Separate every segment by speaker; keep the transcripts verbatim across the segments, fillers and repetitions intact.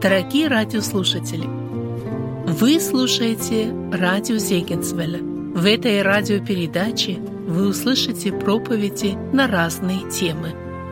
Speaker 1: Дорогие радиослушатели, вы слушаете радио Зегенсвелля. В этой радиопередаче вы услышите проповеди на разные темы.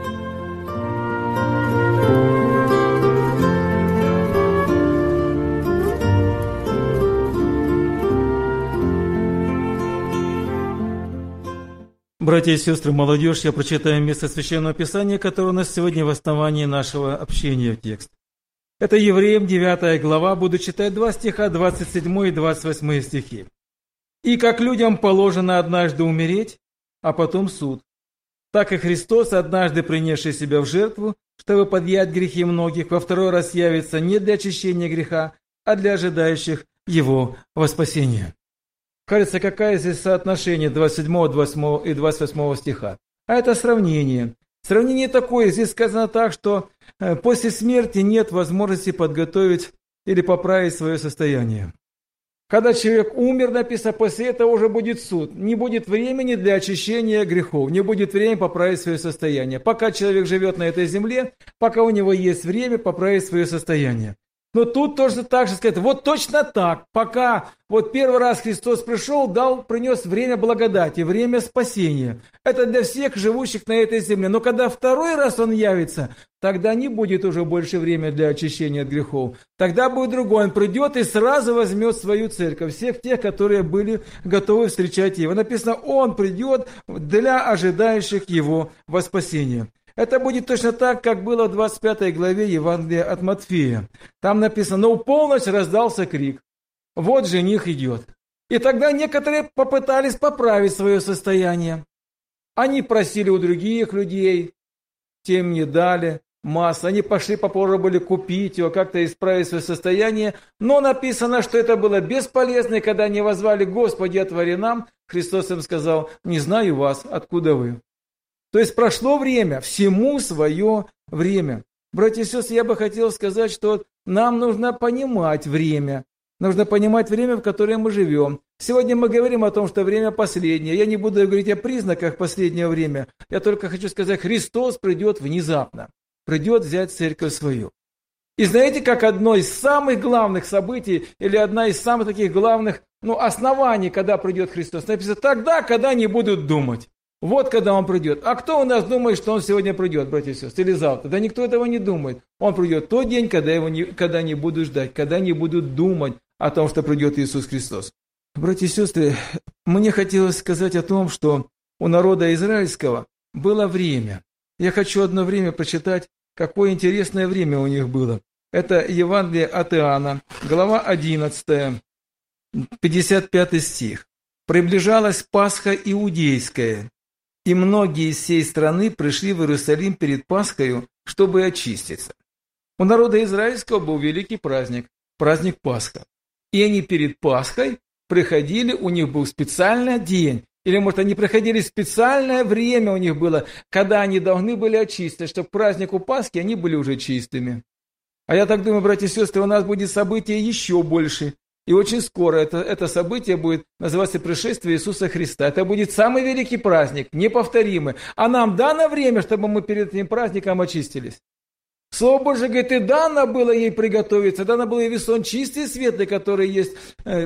Speaker 2: Братья и сестры, молодежь, я прочитаю место Священного Писания, которое у нас сегодня в основании нашего общения в текст. Это Евреям девятая глава, буду читать два стиха, двадцать седьмой и двадцать восьмой стихи. «И как людям положено однажды умереть, а потом суд, так и Христос, однажды принесший себя в жертву, чтобы подъять грехи многих, во второй раз явится не для очищения греха, а для ожидающих Его во спасение». Кажется, какое здесь соотношение двадцать седьмого, двадцать восьмого и двадцать восьмого стиха? А это сравнение. Сравнение такое, здесь сказано так, что после смерти нет возможности подготовить или поправить свое состояние. Когда человек умер, написано, после этого уже будет суд. Не будет времени для очищения грехов, не будет времени поправить свое состояние. Пока человек живет на этой земле, пока у него есть время поправить свое состояние. Но тут тоже так же сказать, вот точно так, пока вот первый раз Христос пришел, дал, принес время благодати, время спасения. Это для всех живущих на этой земле. Но когда второй раз Он явится, тогда не будет уже больше времени для очищения от грехов. Тогда будет другой. Он придет и сразу возьмет свою церковь, всех тех, которые были готовы встречать Его. Написано, Он придет для ожидающих Его во спасение. Это будет точно так, как было в двадцать пятой главе Евангелия от Матфея. Там написано, но в полночь раздался крик. Вот жених идет. И тогда некоторые попытались поправить свое состояние. Они просили у других людей, тем не дали масса. Они пошли, попробовали купить его, как-то исправить свое состояние. Но написано, что это было бесполезно. И когда они воззвали, Господи, отвори нам, Христос им сказал, не знаю вас, откуда вы. То есть прошло время, всему свое время. Братья и сестры, я бы хотел сказать, что нам нужно понимать время. Нужно понимать время, в которое мы живем. Сегодня мы говорим о том, что время последнее. Я не буду говорить о признаках последнего времени. Я только хочу сказать, Христос придет внезапно. Придет взять церковь свою. И знаете, как одно из самых главных событий, или одна из самых таких главных ну, оснований, когда придет Христос, написано, тогда, когда они будут думать. Вот когда Он придет. А кто у нас думает, что Он сегодня придет, братья и сестры, или завтра? Да никто этого не думает. Он придет в тот день, когда, его не, когда не будут ждать, когда не будут думать о том, что придет Иисус Христос. Братья и сестры, мне хотелось сказать о том, что у народа израильского было время. Я хочу одно время прочитать, какое интересное время у них было. Это Евангелие от Иоанна, глава одиннадцатая, пятьдесят пятый стих. «Приближалась Пасха иудейская, и многие из всей страны пришли в Иерусалим перед Пасхою, чтобы очиститься». У народа израильского был великий праздник, праздник Пасха. И они перед Пасхой приходили, у них был специальный день, или, может, они приходили в специальное время у них было, когда они должны были очиститься, чтобы к празднику Пасхи они были уже чистыми. А я так думаю, братья и сестры, у нас будет событие еще больше. И очень скоро это, это событие будет называться пришествие Иисуса Христа. Это будет самый великий праздник, неповторимый. А нам дано время, чтобы мы перед этим праздником очистились. Слово Божие говорит, и дано было ей приготовиться, дано было ей весон чистый и светлый, который есть э,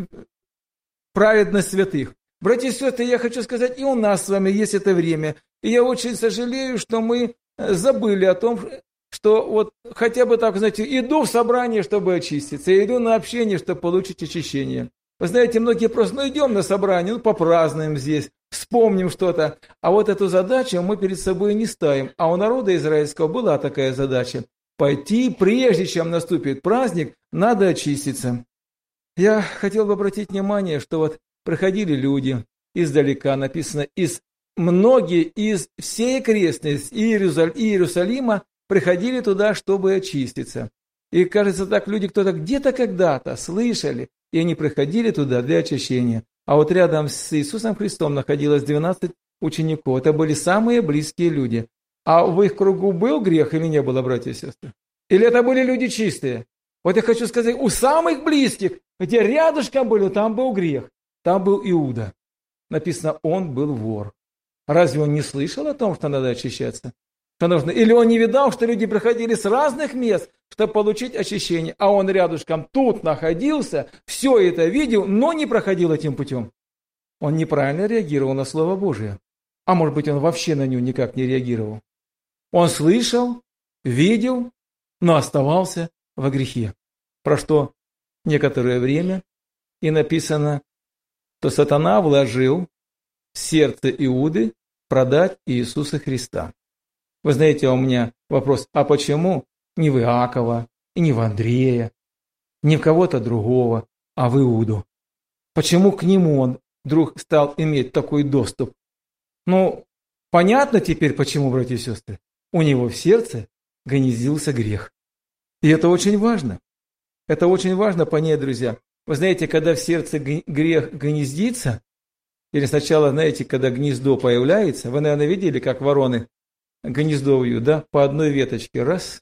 Speaker 2: праведность святых. Братья и сестры, я хочу сказать, и у нас с вами есть это время. И я очень сожалею, что мы забыли о том, что вот хотя бы так, знаете, иду в собрание, чтобы очиститься, я иду на общение, чтобы получить очищение. Вы знаете, многие просто, ну идем на собрание, ну попразднуем здесь, вспомним что-то. А вот эту задачу мы перед собой не ставим. А у народа израильского была такая задача. Пойти, прежде чем наступит праздник, надо очиститься. Я хотел бы обратить внимание, что вот приходили люди издалека, написано, из многие из всей окрестности Иерусалима, приходили туда, чтобы очиститься. И кажется так, люди кто-то где-то когда-то слышали, и они приходили туда для очищения. А вот рядом с Иисусом Христом находилось двенадцать учеников. Это были самые близкие люди. А в их кругу был грех или не было, братья и сестры? Или это были люди чистые? Вот я хочу сказать, у самых близких, где рядышком были, там был грех. Там был Иуда. Написано, он был вор. Разве он не слышал о том, что надо очищаться? что нужно. Или он не видал, что люди приходили с разных мест, чтобы получить очищение, а он рядышком тут находился, все это видел, но не проходил этим путем. Он неправильно реагировал на Слово Божие. А может быть, он вообще на него никак не реагировал. Он слышал, видел, но оставался во грехе. Прошло некоторое время, и написано, что сатана вложил в сердце Иуды продать Иисуса Христа. Вы знаете, у меня вопрос, а почему не в Иакова, и не в Андрея, не в кого-то другого, а в Иуду? Почему к нему он вдруг стал иметь такой доступ? Ну, понятно теперь, почему, братья и сестры. У него в сердце гнездился грех. И это очень важно. Это очень важно понять, друзья. Вы знаете, когда в сердце грех гнездится, или сначала, знаете, когда гнездо появляется, вы, наверное, видели, как вороны гнездо вьют, да, по одной веточке. Раз,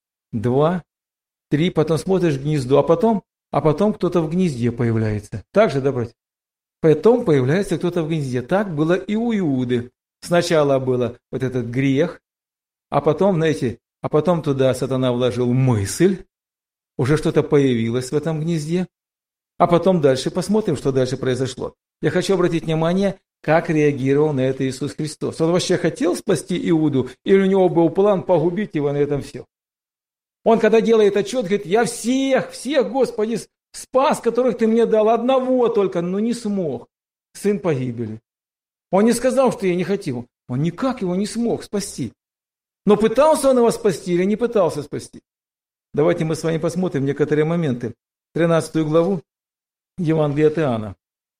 Speaker 2: два, три, потом смотришь гнездо, а потом, а потом кто-то в гнезде появляется. Так же, да, братья? Потом появляется кто-то в гнезде. Так было и у Иуды. Сначала было вот этот грех, а потом, знаете, а потом туда сатана вложил мысль, уже что-то появилось в этом гнезде, а потом дальше посмотрим, что дальше произошло. Я хочу обратить внимание, как реагировал на это Иисус Христос. Он вообще хотел спасти Иуду, или у него был план погубить его, на этом все? Он, когда делает отчет, говорит, я всех, всех, Господи, спас, которых ты мне дал, одного только, но не смог. Сын погибели. Он не сказал, что я не хотел. Он никак его не смог спасти. Но пытался он его спасти или не пытался спасти? Давайте мы с вами посмотрим некоторые моменты. тринадцатую главу Евангелия от Иоанна.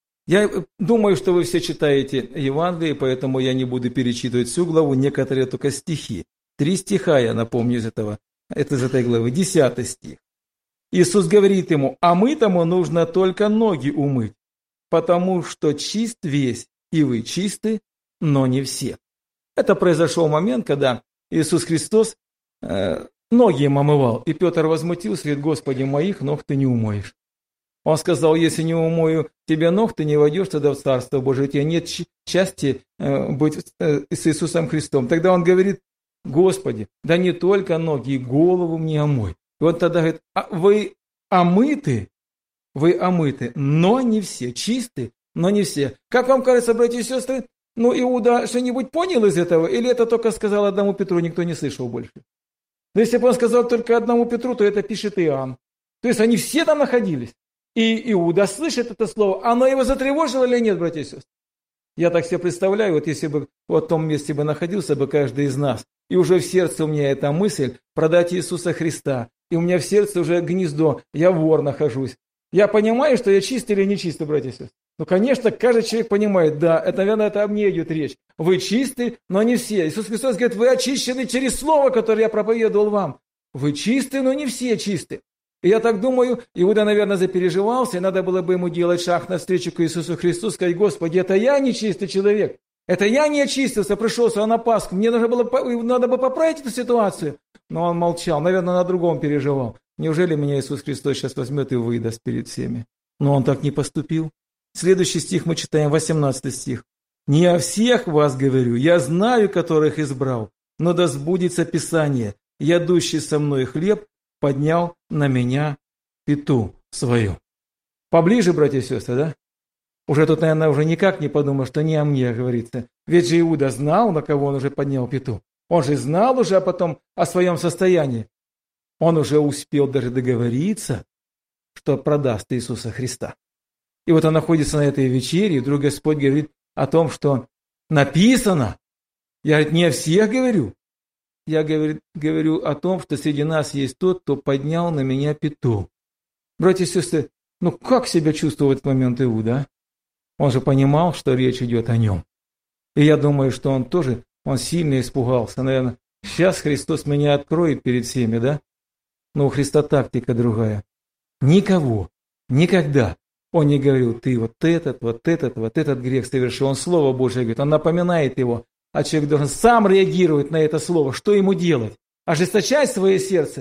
Speaker 2: Я думаю, что вы все читаете Евангелие, поэтому я не буду перечитывать всю главу, некоторые только стихи. Три стиха я напомню из этого, это из этой главы. Десятый стих. Иисус говорит ему, а мытому нужно только ноги умыть, потому что чист весь, и вы чисты, но не все. Это произошел момент, когда Иисус Христос э, ноги им омывал, и Петр возмутился, говорит, Господи, моих ног ты не умоешь. Он сказал, если не умою тебе ног, ты не войдешь тогда в Царство Божие, у тебя нет части э, быть э, с Иисусом Христом. Тогда он говорит, Господи, да не только ноги, и голову мне омой. И он тогда говорит, а вы омыты, вы омыты, но не все, чисты, но не все. Как вам кажется, братья и сестры, ну Иуда что-нибудь понял из этого, или это только сказал одному Петру, никто не слышал больше? Но если бы он сказал только одному Петру, то это пишет Иоанн. То есть они все там находились. И Иуда слышит это слово, оно его затревожило или нет, братья и сестры? Я так себе представляю, вот если бы в том месте бы находился бы каждый из нас, и уже в сердце у меня эта мысль продать Иисуса Христа, и у меня в сердце уже гнездо, я вор нахожусь. Я понимаю, что я чист или не чистый, братья и сестры? Ну, конечно, каждый человек понимает, да, это, наверное, это об мне идет речь. Вы чисты, но не все. Иисус Христос говорит, вы очищены через слово, которое я проповедовал вам. Вы чисты, но не все чисты. И я так думаю, Иуда, наверное, запереживался, и надо было бы ему делать шаг навстречу к Иисусу Христу, сказать, Господи, это я нечистый человек, это я не очистился, пришел сюда на Пасху, мне нужно было, надо бы поправить эту ситуацию. Но он молчал, наверное, на другом переживал. Неужели меня Иисус Христос сейчас возьмет и выдаст перед всеми? Но он так не поступил. Следующий стих мы читаем, восемнадцатый стих. «Не о всех вас говорю, я знаю, которых избрал, но да сбудется Писание, ядущий со мной хлеб поднял на меня пяту свою». Поближе, братья и сестры, да? Уже тут, наверное, уже никак не подумал, что не о мне говорится. Ведь же Иуда знал, на кого он уже поднял пяту. Он же знал уже потом о своем состоянии. Он уже успел даже договориться, что продаст Иисуса Христа. И вот он находится на этой вечере, и вдруг Господь говорит о том, что написано. Я, говорит, не о всех говорю. Я говорю, говорю о том, что среди нас есть тот, кто поднял на меня пяту. Братья и сестры, ну как себя чувствовал в этот момент Иуда? Он же понимал, что речь идет о нем. И я думаю, что он тоже, он сильно испугался. Наверное, сейчас Христос меня откроет перед всеми, да? Но у Христа тактика другая. Никого, никогда он не говорил, ты вот этот, вот этот, вот этот грех совершил. Он Слово Божие говорит, он напоминает его. А человек должен сам реагировать на это слово. Что ему делать? Ожесточать свое сердце?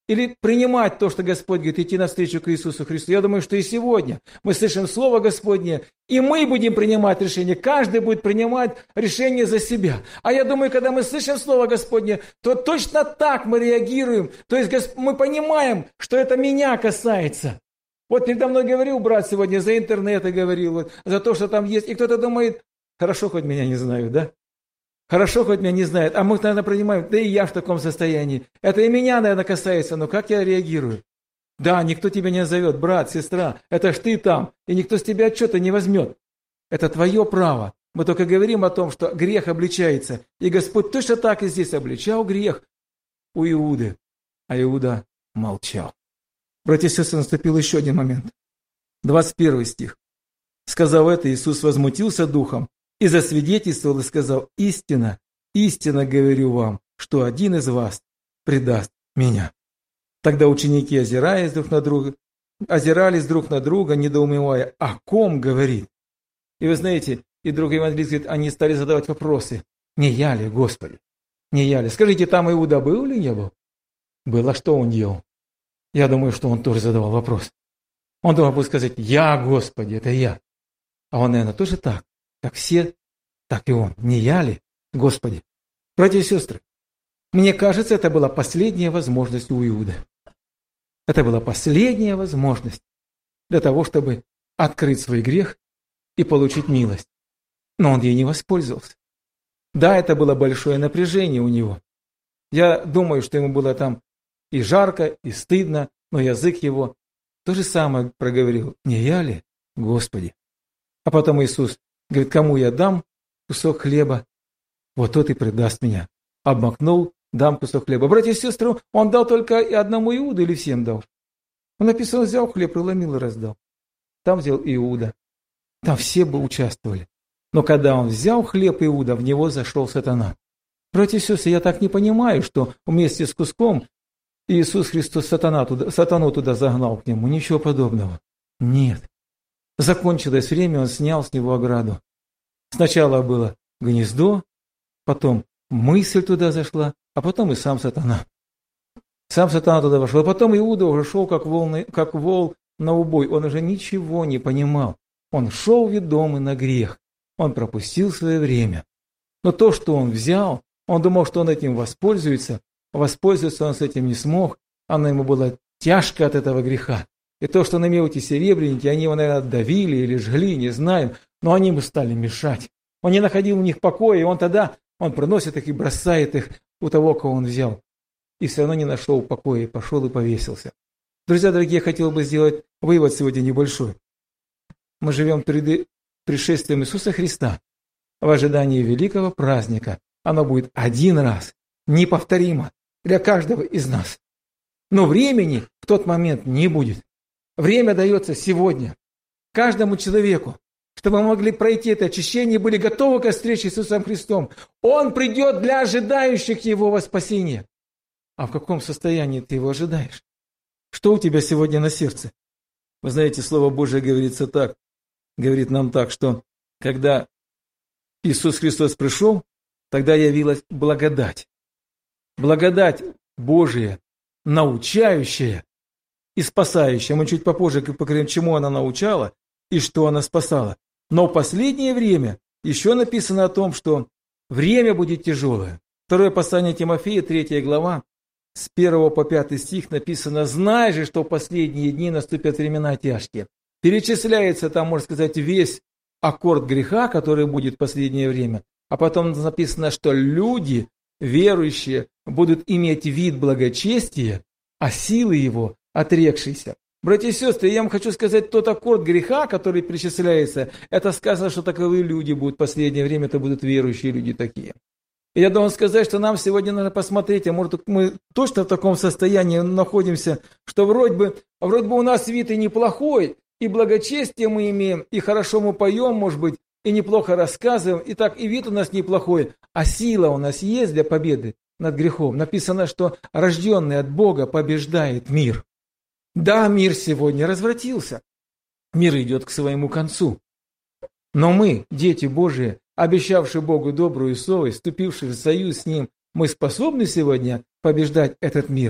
Speaker 2: или принимать то, что Господь говорит, идти навстречу к Иисусу Христу. Я думаю, что и сегодня мы слышим Слово Господне, и мы будем принимать решение. Каждый будет принимать решение за себя. А я думаю, когда мы слышим Слово Господне, то точно так мы реагируем. То есть мы понимаем, что это меня касается. Вот передо мной говорил брат сегодня, за интернет и говорил, вот, за то, что там есть. И кто-то думает, хорошо, хоть меня не знают, да? Хорошо, хоть меня не знают. А мы, наверное, принимаем, да и я в таком состоянии. Это и меня, наверное, касается, но как я реагирую? Да, никто тебя не назовет, брат, сестра, это ж ты там, и никто с тебя отчета не возьмет. Это твое право. Мы только говорим о том, что грех обличается. И Господь точно так и здесь обличал грех у Иуды. А Иуда молчал. Братья и сестры, наступил еще один момент. двадцать первый стих. Сказав это, Иисус возмутился духом и засвидетельствовал и сказал: истинно, истинно говорю вам, что один из вас предаст меня. Тогда ученики, озираясь друг на друга, озирались друг на друга, недоумевая, о ком говорит. И вы знаете, и друг евангелист говорит, они стали задавать вопросы. Не я ли, Господи? Не я ли? Скажите, там Иуда был или не был? Был, а что он делал? Я думаю, что он тоже задавал вопрос. Он должен был сказать, я, Господи, это я. А он, наверное, тоже так, как все, так и он. Не я ли, Господи? Братья и сестры, мне кажется, это была последняя возможность у Иуды. Это была последняя возможность для того, чтобы открыть свой грех и получить милость. Но он ей не воспользовался. Да, это было большое напряжение у него. Я думаю, что ему было там и жарко, и стыдно, но язык его то же самое проговорил. Не я ли, Господи? А потом Иисус говорит, кому я дам кусок хлеба, вот тот и предаст меня. Обмакнул, дам кусок хлеба. Братья и сестры, он дал только одному Иуду или всем дал? Он написано, взял хлеб, преломил и раздал. Там взял Иуда. Там все бы участвовали. Но когда он взял хлеб Иуда, в него зашел сатана. Братья и сестры, я так не понимаю, что вместе с куском Иисус Христос сатана туда, сатану туда загнал к нему. Ничего подобного. Нет. Закончилось время, он снял с него ограду. Сначала было гнездо, потом мысль туда зашла, а потом и сам сатана. Сам сатана туда вошел. А потом Иуда уже шел, как вол, как вол на убой. Он уже ничего не понимал. Он шел ведомый на грех. Он пропустил свое время. Но то, что он взял, он думал, что он этим воспользуется. Воспользоваться он с этим не смог. Оно ему было тяжко от этого греха. И то, что он имел эти серебряники, они его, наверное, давили или жгли, не знаем. Но они ему стали мешать. Он не находил у них покоя, и он тогда, он приносит их и бросает их у того, кого он взял. И все равно не нашел покоя, и пошел и повесился. Друзья дорогие, я хотел бы сделать вывод сегодня небольшой. Мы живем перед пришествием Иисуса Христа в ожидании великого праздника. Оно будет один раз, неповторимо для каждого из нас. Но времени в тот момент не будет. Время дается сегодня каждому человеку, чтобы мы могли пройти это очищение и были готовы к встрече с Иисусом Христом. Он придет для ожидающих Его во спасение. А в каком состоянии ты Его ожидаешь? Что у тебя сегодня на сердце? Вы знаете, Слово Божие говорится так, говорит нам так, что когда Иисус Христос пришел, тогда явилась благодать. Благодать Божия, научающая и спасающая. Мы чуть попозже поговорим, чему она научала и что она спасала. Но в последнее время еще написано о том, что время будет тяжелое. Второе послание Тимофея, третья глава, с первого по пятый стих написано: «Знай же, что в последние дни наступят времена тяжкие». Перечисляется там, можно сказать, весь аккорд греха, который будет в последнее время. А потом написано, что люди, верующие, будут иметь вид благочестия, а силы его отрекшиеся. Братья и сестры, я вам хочу сказать, тот аккорд греха, который перечисляется, это сказано, что таковые люди будут в последнее время, это будут верующие люди такие. И я должен сказать, что нам сегодня надо посмотреть, а может мы точно в таком состоянии находимся, что вроде бы, вроде бы у нас вид и неплохой, и благочестие мы имеем, и хорошо мы поем, может быть, и неплохо рассказываем, и так и вид у нас неплохой, а сила у нас есть для победы над грехом. Написано, что рожденный от Бога побеждает мир. Да, мир сегодня развратился. Мир идет к своему концу. Но мы, дети Божии, обещавшие Богу добрую совесть, вступившие в союз с Ним, мы способны сегодня побеждать этот мир.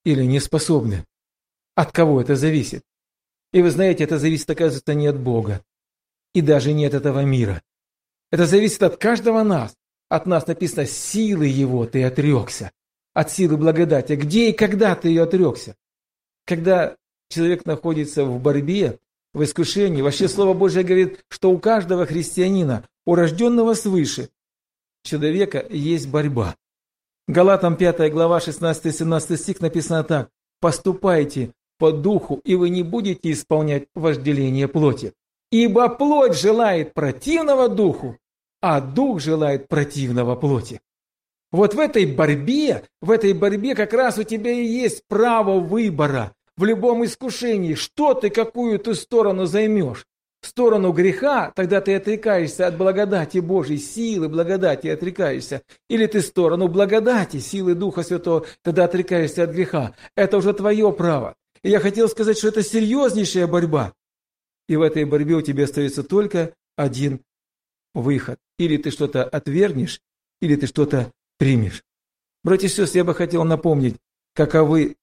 Speaker 2: или не способны? От кого это зависит? И вы знаете, это зависит, оказывается, не от Бога. И даже не от этого мира. Это зависит от каждого нас. От нас написано, силы Его ты отрекся. От силы благодати. Где и когда ты ее отрекся? Когда человек находится в борьбе, в искушении, вообще Слово Божье говорит, что у каждого христианина, у рожденного свыше человека есть борьба. Галатам пятая глава, шестнадцатый-семнадцатый стих написано так. «Поступайте по духу, и вы не будете исполнять вожделение плоти. Ибо плоть желает противного духу, а дух желает противного плоти». Вот в этой борьбе, в этой борьбе как раз у тебя и есть право выбора в любом искушении, что ты, какую ты сторону займешь. В сторону греха, тогда ты отрекаешься от благодати Божьей, силы благодати отрекаешься. Или ты в сторону благодати, силы Духа Святого, тогда отрекаешься от греха. Это уже твое право. И я хотел сказать, что это серьезнейшая борьба. И в этой борьбе у тебя остается только один выход. Или ты что-то отвергнешь, или ты что-то примешь. Братья и сестры, я бы хотел напомнить, каковы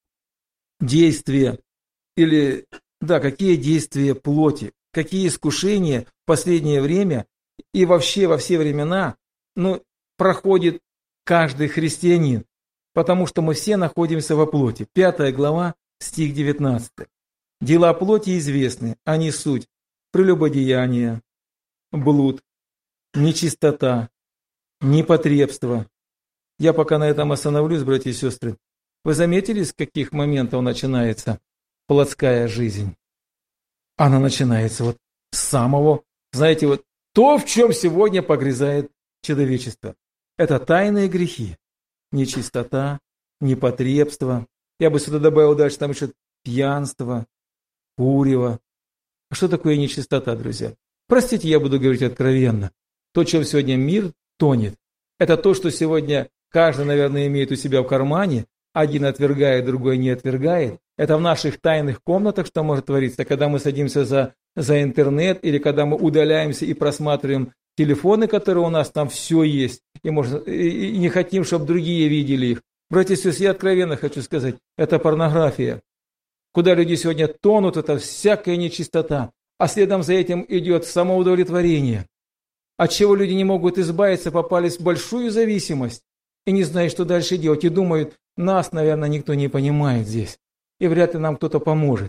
Speaker 2: действия, или, да, какие действия плоти, какие искушения в последнее время и вообще во все времена, ну, проходит каждый христианин, потому что мы все находимся во плоти. Пятая глава, стих девятнадцатый. Дела плоти известны, они суть: прелюбодеяние, блуд, нечистота, непотребство. Я пока на этом остановлюсь, братья и сестры. Вы заметили, с каких моментов начинается плотская жизнь? Она начинается вот с самого, знаете, вот то, в чем сегодня погрязает человечество. Это тайные грехи. Нечистота, непотребство. Я бы сюда добавил дальше, там еще пьянство, курево. А что такое нечистота, друзья? Простите, я буду говорить откровенно. То, чем сегодня мир тонет, это то, что сегодня каждый, наверное, имеет у себя в кармане. Один отвергает, другой не отвергает. Это в наших тайных комнатах, что может твориться, когда мы садимся за, за интернет, или когда мы удаляемся и просматриваем телефоны, которые у нас там все есть, и, можно, и, и не хотим, чтобы другие видели их. Братья и сестры, я откровенно хочу сказать, это порнография. Куда люди сегодня тонут, это всякая нечистота, а следом за этим идет самоудовлетворение. От чего люди не могут избавиться, попались в большую зависимость и не знают, что дальше делать, и думают, нас, наверное, никто не понимает здесь, и вряд ли нам кто-то поможет.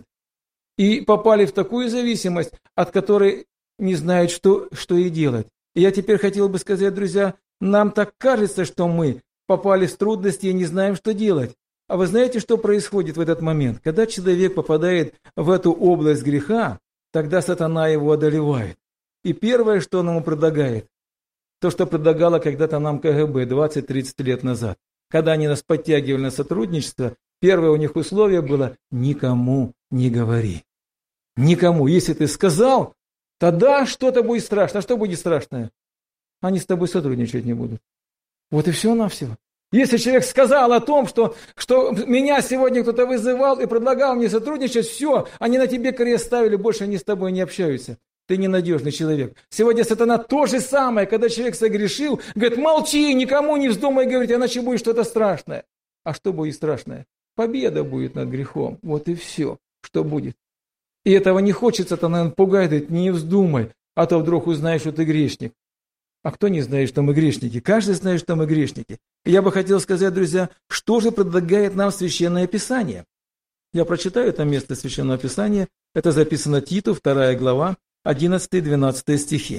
Speaker 2: И попали в такую зависимость, от которой не знают, что, что и делать. И я теперь хотел бы сказать, друзья, нам так кажется, что мы попали в трудности и не знаем, что делать. А вы знаете, что происходит в этот момент? Когда человек попадает в эту область греха, тогда сатана его одолевает. И первое, что он ему предлагает, то, что предлагало когда-то нам ка гэ бэ двадцать-тридцать лет назад. Когда они нас подтягивали на сотрудничество, первое у них условие было «никому не говори». Никому. Если ты сказал, тогда что-то будет страшно. А что будет страшное? Они с тобой сотрудничать не будут. Вот и все-навсего. Если человек сказал о том, что, что меня сегодня кто-то вызывал и предлагал мне сотрудничать, все, они на тебе крест ставили, больше они с тобой не общаются. Ты ненадежный человек. Сегодня сатана то же самое, когда человек согрешил, говорит, молчи, никому не вздумай говорить, иначе будет что-то страшное. А что будет страшное? Победа будет над грехом. Вот и все, что будет. И этого не хочется, сатана пугает, говорит, не вздумай, а то вдруг узнаешь, что ты грешник. А кто не знает, что мы грешники? Каждый знает, что мы грешники. И я бы хотел сказать, друзья, что же предлагает нам Священное Писание? Я прочитаю это место Священного Писания. Это записано Титу, вторая глава, одиннадцатый-двенадцатый стихи.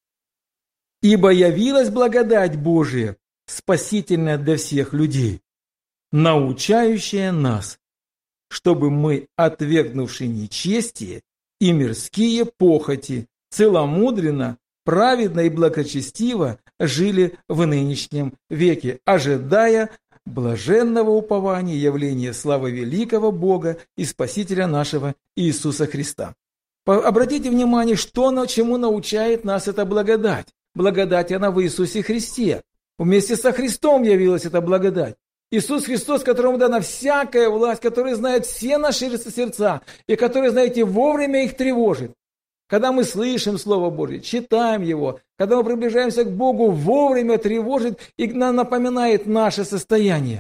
Speaker 2: «Ибо явилась благодать Божия, спасительная для всех людей, научающая нас, чтобы мы, отвергнувши нечестие и мирские похоти, целомудренно, праведно и благочестиво жили в нынешнем веке, ожидая блаженного упования явления славы великого Бога и Спасителя нашего Иисуса Христа». Обратите внимание, что, чему научает нас эта благодать. Благодать она в Иисусе Христе. Вместе со Христом явилась эта благодать. Иисус Христос, которому дана всякая власть, который знает все наши сердца, и который, знаете, вовремя их тревожит. Когда мы слышим Слово Божье, читаем его, когда мы приближаемся к Богу, вовремя тревожит и нам напоминает наше состояние.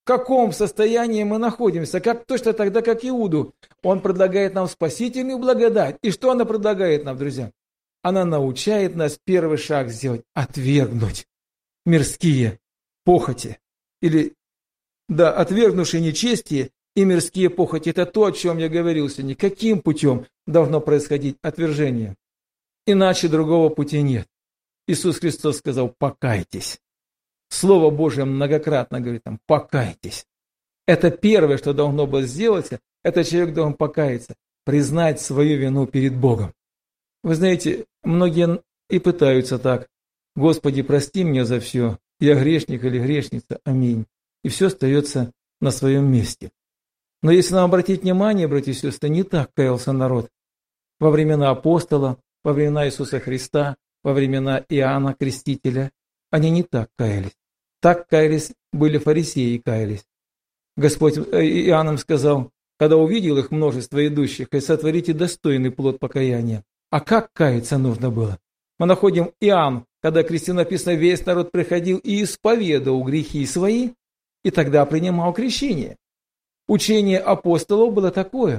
Speaker 2: В каком состоянии мы находимся? Как, точно тогда, как Иуду. Он предлагает нам спасительную благодать. И что она предлагает нам, друзья? Она научает нас первый шаг сделать. Отвергнуть мирские похоти. Или, да, отвергнувшие нечестие и мирские похоти. Это то, о чем я говорил сегодня. Каким путем должно происходить отвержение? Иначе другого пути нет. Иисус Христос сказал: покайтесь. Слово Божие многократно говорит там: покайтесь. Это первое, что должно было сделать, это человек должен покаяться, признать свою вину перед Богом. Вы знаете, многие и пытаются так: Господи, прости меня за все, я грешник или грешница, аминь. И все остается на своем месте. Но если нам обратить внимание, братья и сестры, не так каялся народ во времена апостола, во времена Иисуса Христа, во времена Иоанна Крестителя. Они не так каялись. Так каялись, были фарисеи и каялись. Господь Иоанн им сказал, когда увидел их множество идущих: и сотворите достойный плод покаяния. А как каяться нужно было? Мы находим Иоанн, когда крестил, написано, весь народ приходил и исповедовал грехи свои, и тогда принимал крещение. Учение апостолов было такое: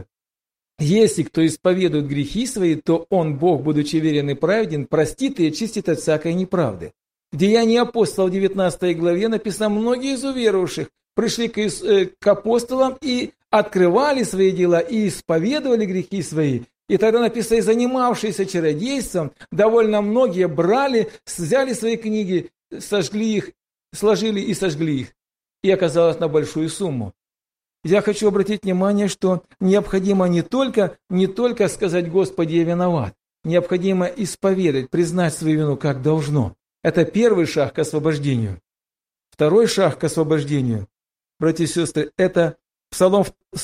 Speaker 2: если кто исповедует грехи свои, то он, Бог, будучи верен и праведен, простит и очистит от всякой неправды. В Деянии апостолов в девятнадцатой главе написано: многие из уверовавших пришли к, э, к апостолам и открывали свои дела, и исповедовали грехи свои. И тогда написано: и занимавшиеся чародейством, довольно многие брали, взяли свои книги, сожгли их, сложили и сожгли их. И оказалось на большую сумму. Я хочу обратить внимание, что необходимо не только, не только сказать: Господи, я виноват. Необходимо исповедать, признать свою вину, как должно. Это первый шаг к освобождению. Второй шаг к освобождению, братья и сестры, это Псалом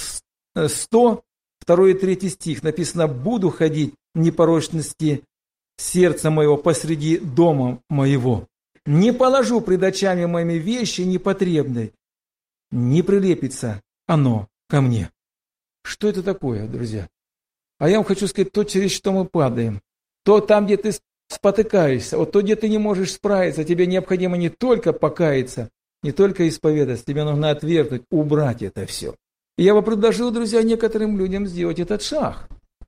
Speaker 2: сто, второй и третий стих. Написано: «Буду ходить в непорочности сердца моего посреди дома моего. Не положу пред очами моими вещи непотребной, не прилепится оно ко мне». Что это такое, друзья? А я вам хочу сказать, то, через что мы падаем, то там, где ты спотыкаешься, вот то, где ты не можешь справиться, тебе необходимо не только покаяться, не только исповедаться, тебе нужно отвергнуть, убрать это все. И я бы предложил, друзья, некоторым людям сделать этот шаг.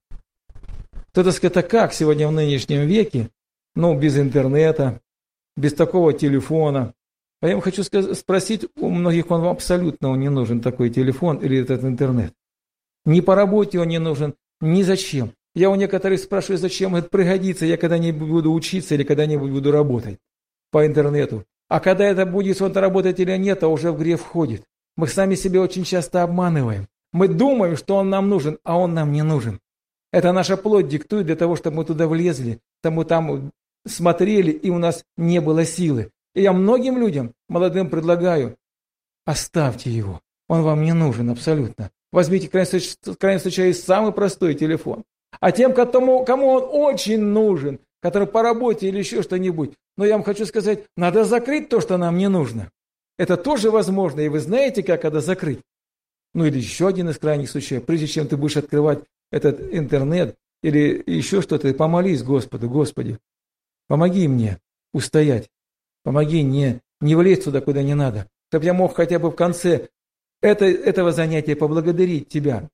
Speaker 2: Кто-то скажет: а как сегодня в нынешнем веке, ну, без интернета, без такого телефона? А я вам хочу сказать, спросить, у многих он абсолютно он не нужен, такой телефон или этот интернет. Ни по работе он не нужен, ни зачем. Я у некоторых спрашиваю, зачем, говорит, пригодится, я когда-нибудь буду учиться или когда-нибудь буду работать по интернету. А когда это будет он работать или нет, а уже в грех входит. Мы сами себя очень часто обманываем. Мы думаем, что он нам нужен, а он нам не нужен. Это наша плоть диктует для того, чтобы мы туда влезли, там мы там смотрели, и у нас не было силы. И я многим людям, молодым, предлагаю: оставьте его, он вам не нужен абсолютно. Возьмите, в крайнем случае, самый простой телефон. А тем, кому, кому он очень нужен, который по работе или еще что-нибудь, но я вам хочу сказать, надо закрыть то, что нам не нужно. Это тоже возможно, и вы знаете, как это закрыть. Ну или еще один из крайних случаев, прежде чем ты будешь открывать этот интернет или еще что-то, помолись Господу: Господи, помоги мне устоять, помоги не, не влезть туда, куда не надо, чтобы я мог хотя бы в конце это, этого занятия поблагодарить Тебя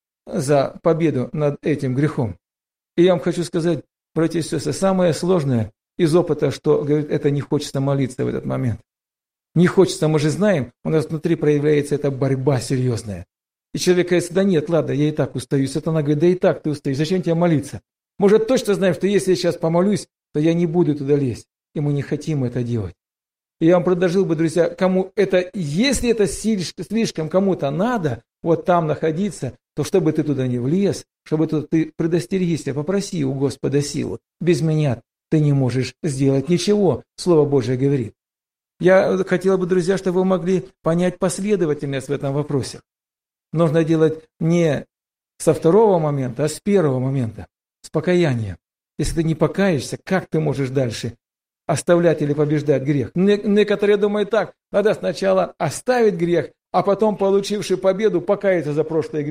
Speaker 2: за победу над этим грехом. И я вам хочу сказать, братья и сестры, самое сложное из опыта, что, говорит, это не хочется молиться в этот момент. Не хочется, мы же знаем, у нас внутри проявляется эта борьба серьезная. И человек говорит: да нет, ладно, я и так устаю. Сатана говорит: да и так ты устаешь, зачем тебе молиться? Мы уже точно знаем, что если я сейчас помолюсь, то я не буду туда лезть. И мы не хотим это делать. И я вам предложил бы, друзья, кому это, если это слишком кому-то надо, вот там находиться, то чтобы ты туда не влез, чтобы ты предостерегись, попроси у Господа силу. Без меня ты не можешь сделать ничего, Слово Божие говорит. Я хотел бы, друзья, чтобы вы могли понять последовательность в этом вопросе. Нужно делать не со второго момента, а с первого момента, с покаяния. Если ты не покаешься, как ты можешь дальше оставлять или побеждать грех? Некоторые думают так: надо сначала оставить грех, а потом, получивший победу, покаяться за прошлые грехи.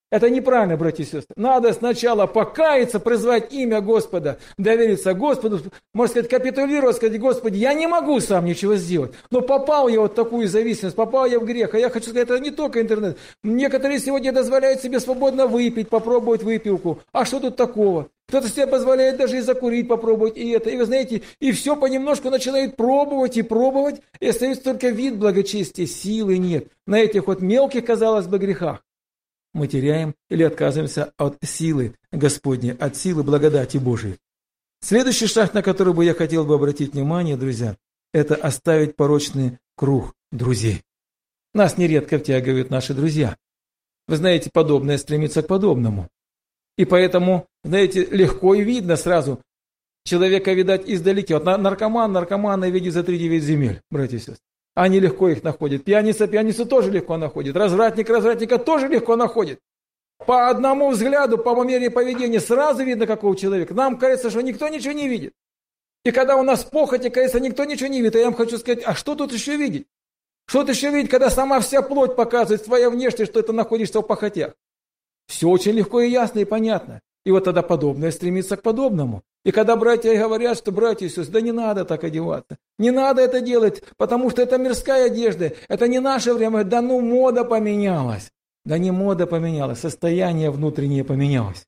Speaker 2: Это неправильно, братья и сестры. Надо сначала покаяться, призвать имя Господа, довериться Господу, можно сказать, капитулировать, сказать: Господи, я не могу сам ничего сделать. Но попал я вот в такую зависимость, попал я в грех. А я хочу сказать, это не только интернет. Некоторые сегодня дозволяют себе свободно выпить, попробовать выпивку. А что тут такого? Кто-то себе позволяет даже и закурить, попробовать, и это. И вы знаете, и все понемножку начинают пробовать и пробовать, и остается только вид благочестия, силы нет. На этих вот мелких, казалось бы, грехах мы теряем или отказываемся от силы Господней, от силы благодати Божией. Следующий шаг, на который бы я хотел бы обратить внимание, друзья, это оставить порочный круг друзей. Нас нередко втягивают наши друзья. Вы знаете, подобное стремится к подобному. И поэтому, знаете, легко и видно сразу человека, видать, издалеке. Вот наркоман, наркомана видит за три девять земель, братья и сестры. Они легко их находят. Пьяница, пьяницу тоже легко находит. Развратник, развратника тоже легко находит. По одному взгляду, по манере поведения сразу видно, какого человека. Нам кажется, что никто ничего не видит. И когда у нас похоти, кажется, никто ничего не видит. А я вам хочу сказать, а что тут еще видеть? Что тут еще видеть, когда сама вся плоть показывает, твоя внешность, что ты находишься в похотях? Все очень легко и ясно и понятно. И вот тогда подобное стремится к подобному. И когда братья говорят, что братья и сестры, да не надо так одеваться, не надо это делать, потому что это мирская одежда, это не наше время, да ну мода поменялась. Да не мода поменялась, состояние внутреннее поменялось.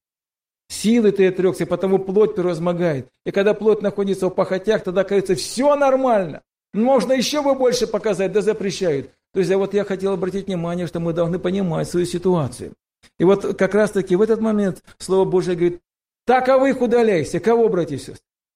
Speaker 2: Силы ты отрекся, потому плоть превозмогает. И когда плоть находится в похотях, тогда кажется, все нормально. Можно еще бы больше показать, да запрещают. Друзья, вот я хотел обратить внимание, что мы должны понимать свою ситуацию. И вот как раз таки в этот момент Слово Божие говорит: таковых удаляйся. Кого, братья и сестры?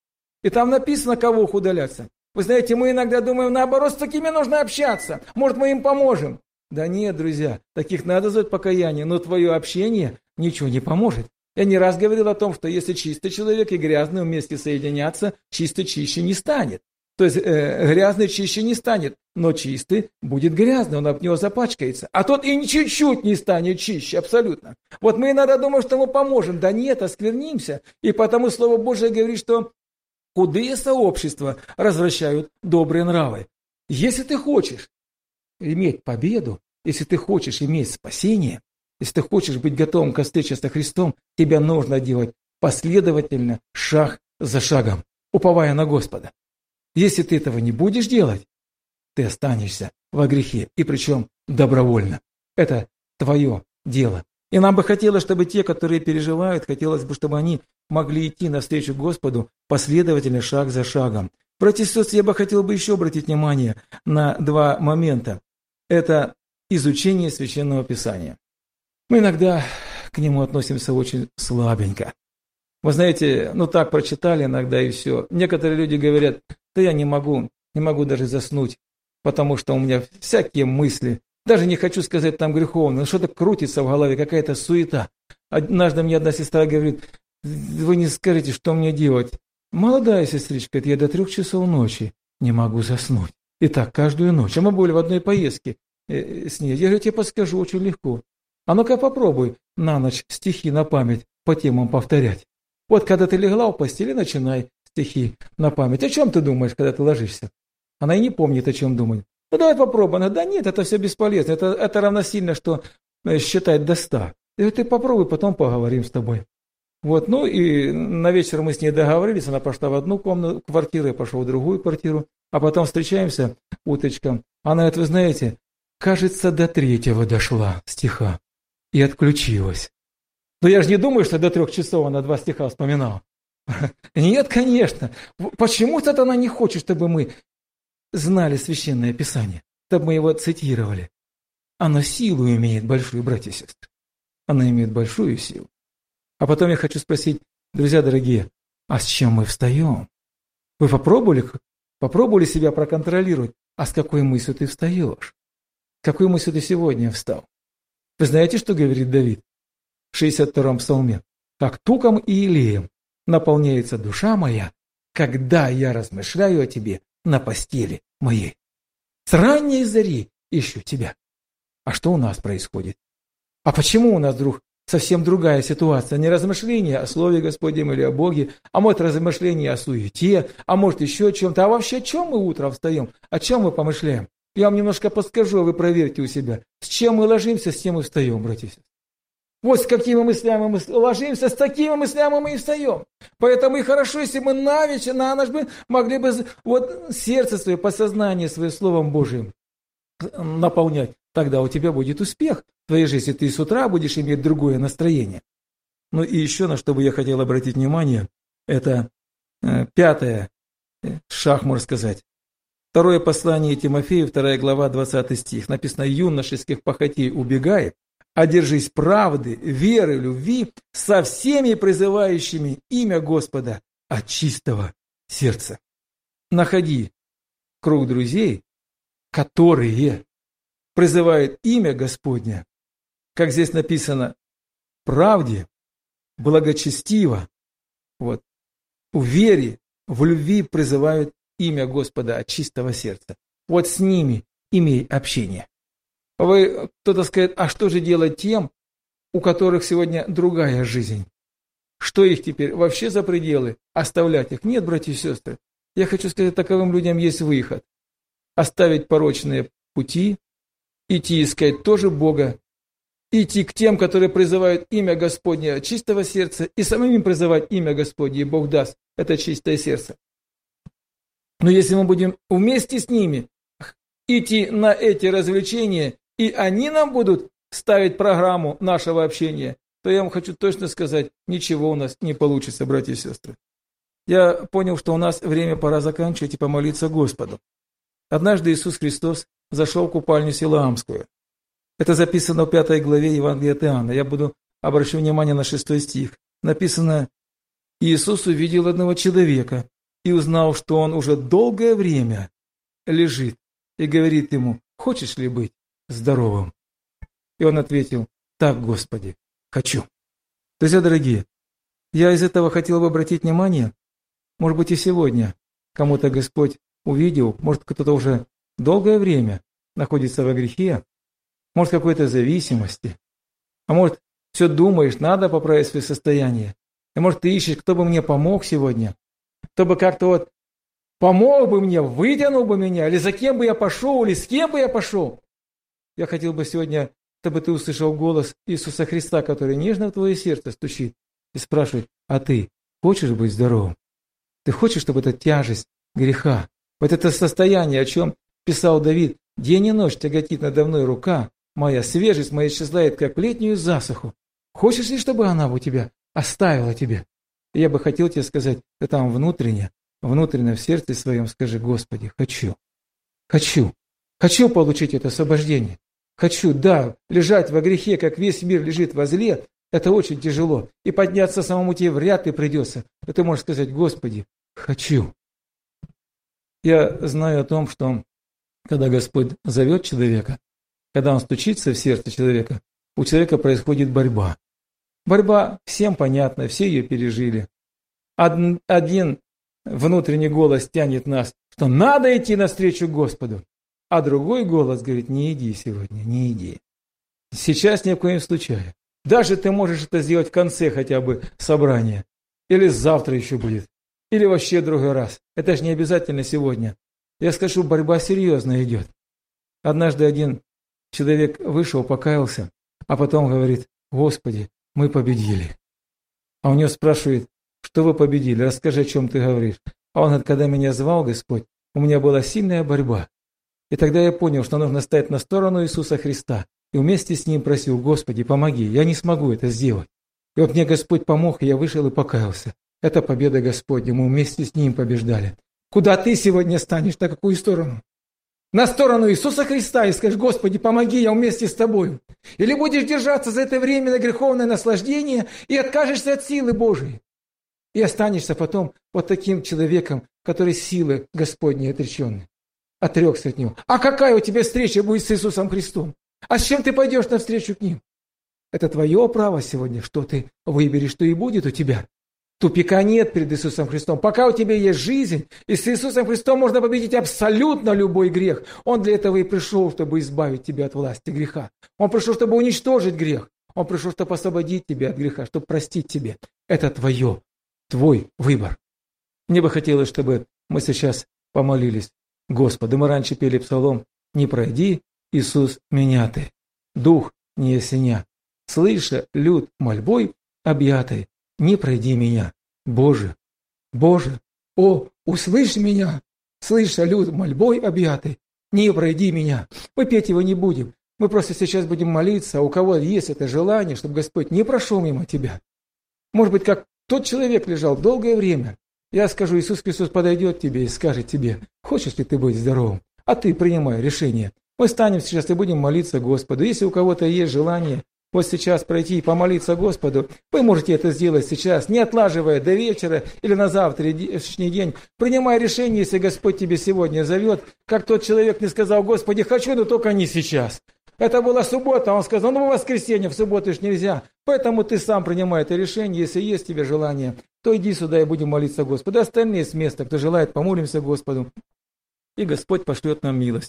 Speaker 2: И там написано, кого их удаляться. Вы знаете, мы иногда думаем, наоборот, с такими нужно общаться. Может, мы им поможем. Да нет, друзья, таких надо звать покаяние, но твое общение ничего не поможет. Я не раз говорил о том, что если чистый человек и грязный вместе соединятся, чистый чище не станет. То есть э, грязный чище не станет, но чистый будет грязный, он об него запачкается. А тот и чуть-чуть не станет чище, абсолютно. Вот мы иногда думаем, что мы поможем. Да нет, осквернимся. И потому Слово Божие говорит, что худые сообщества развращают добрые нравы. Если ты хочешь иметь победу, если ты хочешь иметь спасение, если ты хочешь быть готовым к встрече со Христом, тебе нужно делать последовательно, шаг за шагом, уповая на Господа. Если ты этого не будешь делать, ты останешься во грехе, и причем добровольно. Это твое дело. И нам бы хотелось, чтобы те, которые переживают, хотелось бы, чтобы они могли идти навстречу Господу последовательно, шаг за шагом. Братья и сестры, я бы хотел бы еще обратить внимание на два момента. Это изучение Священного Писания. Мы иногда к нему относимся очень слабенько. Вы знаете, ну так прочитали иногда и все. Некоторые люди говорят: да я не могу, не могу даже заснуть, потому что у меня всякие мысли, даже не хочу сказать там греховные, но что-то крутится в голове, какая-то суета. Однажды мне одна сестра говорит: вы не скажете, что мне делать. Молодая сестричка, я до трех часов ночи не могу заснуть. И так каждую ночь. А мы были в одной поездке с ней. Я говорю, тебе подскажу, очень легко. А ну-ка попробуй на ночь стихи на память по темам повторять. Вот когда ты легла в постели, начинай стихи на память. О чем ты думаешь, когда ты ложишься? Она и не помнит, о чем думает. Ну давай попробуй. Она: да нет, это все бесполезно. Это, это равносильно, что считать до ста. Я говорю, ты попробуй, потом поговорим с тобой. Вот, ну и на вечер мы с ней договорились. Она пошла в одну комнату, квартиру, я пошел в другую квартиру. А потом встречаемся утречком. Она говорит: вы знаете, кажется, до третьего дошла стиха и отключилась. Но я же не думаю, что до трех часов она два стиха вспоминала. Нет, конечно. Почему-то она не хочет, чтобы мы знали Священное Писание, чтобы мы его цитировали. Оно силу имеет большую, братья и сестры. Оно имеет большую силу. А потом я хочу спросить, друзья дорогие, а с чем мы встаем? Вы попробовали, попробовали себя проконтролировать? А с какой мыслью ты встаешь? С какой мыслью ты сегодня встал? Вы знаете, что говорит Давид в шестьдесят втором псалме? Как туком и елеем наполняется душа моя, когда я размышляю о тебе на постели моей. С ранней зари ищу тебя. А что у нас происходит? А почему у нас вдруг совсем другая ситуация? Не размышления о Слове Господнем или о Боге, а может размышления о суете, а может еще о чем-то. А вообще, о чем мы утром встаем? О чем мы помышляем? Я вам немножко подскажу, а вы проверьте у себя. С чем мы ложимся, с тем и встаем, братья и сестры. Вот с какими мыслями мы ложимся, с такими мыслями мы и встаем. Поэтому и хорошо, если мы на вечер, на ночь бы могли бы вот сердце свое, подсознание свое Словом Божиим наполнять. Тогда у тебя будет успех в твоей жизни. Ты с утра будешь иметь другое настроение. Ну и еще на что бы я хотел обратить внимание, это э, пятое, э, шаг, можно сказать. Второе послание Тимофею, вторая глава, двадцатый стих. Написано: «Юношеских похотей убегай, одержись правды, веры, любви со всеми призывающими имя Господа от чистого сердца». Находи круг друзей, которые призывают имя Господня, как здесь написано, правде, благочестиво, вот, в вере, в любви призывают имя Господа от чистого сердца. Вот с ними имей общение. Вы, кто-то скажет, а что же делать тем, у которых сегодня другая жизнь? Что их теперь вообще за пределы? Оставлять их? Нет, братья и сестры. Я хочу сказать, таковым людям есть выход. Оставить порочные пути, идти искать тоже Бога, идти к тем, которые призывают имя Господне от чистого сердца, и самим им призывать имя Господне, и Бог даст это чистое сердце. Но если мы будем вместе с ними идти на эти развлечения, и они нам будут ставить программу нашего общения, то я вам хочу точно сказать, ничего у нас не получится, братья и сестры. Я понял, что у нас время пора заканчивать и помолиться Господу. Однажды Иисус Христос зашел в купальню Силоамскую. Это записано в пятой главе Евангелия от Иоанна. Я буду обращу внимание на шестой стих. Написано: «Иисус увидел одного человека и узнал, что он уже долгое время лежит, и говорит ему: хочешь ли быть здоровым?» И он ответил: так, Господи, хочу. Друзья дорогие, я из этого хотел бы обратить внимание, может быть, и сегодня кому-то Господь увидел, может, кто-то уже долгое время находится во грехе, может, в какой-то зависимости, а может, все думаешь, надо поправить свое состояние, и может, ты ищешь, кто бы мне помог сегодня, кто бы как-то вот помог бы мне, вытянул бы меня, или за кем бы я пошел, или с кем бы я пошел. Я хотел бы сегодня, чтобы ты услышал голос Иисуса Христа, который нежно в твое сердце стучит и спрашивает: а ты хочешь быть здоровым? Ты хочешь, чтобы эта тяжесть греха, вот это состояние, о чем писал Давид: день и ночь тяготит надо мной рука, моя свежесть моя исчезает, как в летнюю засуху. Хочешь ли, чтобы она у тебя оставила тебя? И я бы хотел тебе сказать, ты там внутренне, внутренне в сердце своем скажи: Господи, хочу, хочу, хочу получить это освобождение. Хочу, да, лежать во грехе, как весь мир лежит во зле, это очень тяжело. И подняться самому тебе вряд ли придется. Но ты можешь сказать: Господи, хочу. Я знаю о том, что когда Господь зовет человека, когда Он стучится в сердце человека, у человека происходит борьба. Борьба всем понятна, все ее пережили. Один внутренний голос тянет нас, что надо идти навстречу Господу, а другой голос говорит: не иди сегодня, не иди. Сейчас ни в коем случае. Даже ты можешь это сделать в конце хотя бы собрания, или завтра еще будет, или вообще в другой раз. Это же не обязательно сегодня. Я скажу, борьба серьезно идет. Однажды один человек вышел, покаялся, а потом говорит: Господи, мы победили. А у него спрашивает: что вы победили? Расскажи, о чем ты говоришь. А он говорит: когда меня звал Господь, у меня была сильная борьба. И тогда я понял, что нужно стать на сторону Иисуса Христа. И вместе с Ним просил: Господи, помоги, я не смогу это сделать. И вот мне Господь помог, и я вышел и покаялся. Это победа Господня, мы вместе с Ним побеждали. Куда ты сегодня станешь, на какую сторону? На сторону Иисуса Христа и скажешь: Господи, помоги, я вместе с Тобой. Или будешь держаться за это временное греховное наслаждение и откажешься от силы Божией. И останешься потом вот таким человеком, который силы Господней отреченный. Отрекся от Него. А какая у тебя встреча будет с Иисусом Христом? А с чем ты пойдешь навстречу к Ним? Это твое право сегодня, что ты выберешь, что и будет у тебя. Тупика нет перед Иисусом Христом. Пока у тебя есть жизнь, и с Иисусом Христом можно победить абсолютно любой грех. Он для этого и пришел, чтобы избавить тебя от власти греха. Он пришел, чтобы уничтожить грех. Он пришел, чтобы освободить тебя от греха, чтобы простить тебе. Это твое, твой выбор. Мне бы хотелось, чтобы мы сейчас помолились Господу. Мы раньше пели псалом: «Не пройди, Иисус, меня ты, дух не осеня». слыша люд мольбой объятой, не пройди меня, Боже, Боже, о, услышь меня, слыша люд мольбой объятой, не пройди меня. Мы петь его не будем, мы просто сейчас будем молиться, а у кого есть это желание, чтобы Господь не прошел мимо тебя. Может быть, как тот человек лежал долгое время, я скажу, Иисус Христос подойдет к тебе и скажет тебе, хочешь ли ты быть здоровым, а ты принимай решение. Мы станем сейчас и будем молиться Господу. Если у кого-то есть желание вот сейчас пройти и помолиться Господу, вы можете это сделать сейчас, не отлаживая до вечера или на завтрашний день. Принимай решение, если Господь тебе сегодня зовет, как тот человек не сказал, Господи, хочу, но только не сейчас. Это была суббота, он сказал, ну, в воскресенье, в субботу ж нельзя. Поэтому ты сам принимай это решение, если есть тебе желание, то иди сюда и будем молиться Господу. Остальные с места, кто желает, помолимся Господу, и Господь пошлет нам милость.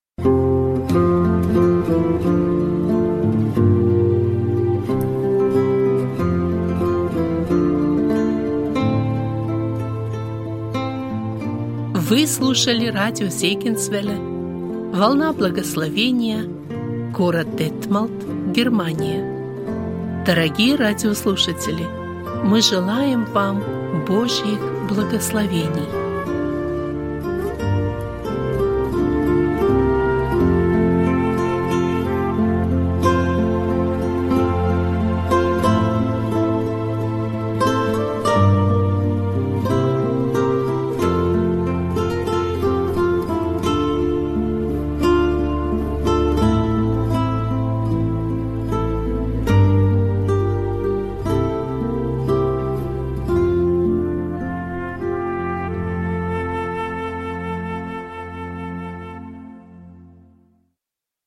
Speaker 1: Вы слушали радио Зегенсвелля, «Волна благословения», город Детмалт, Германия. Дорогие радиослушатели, мы желаем вам Божьих благословений.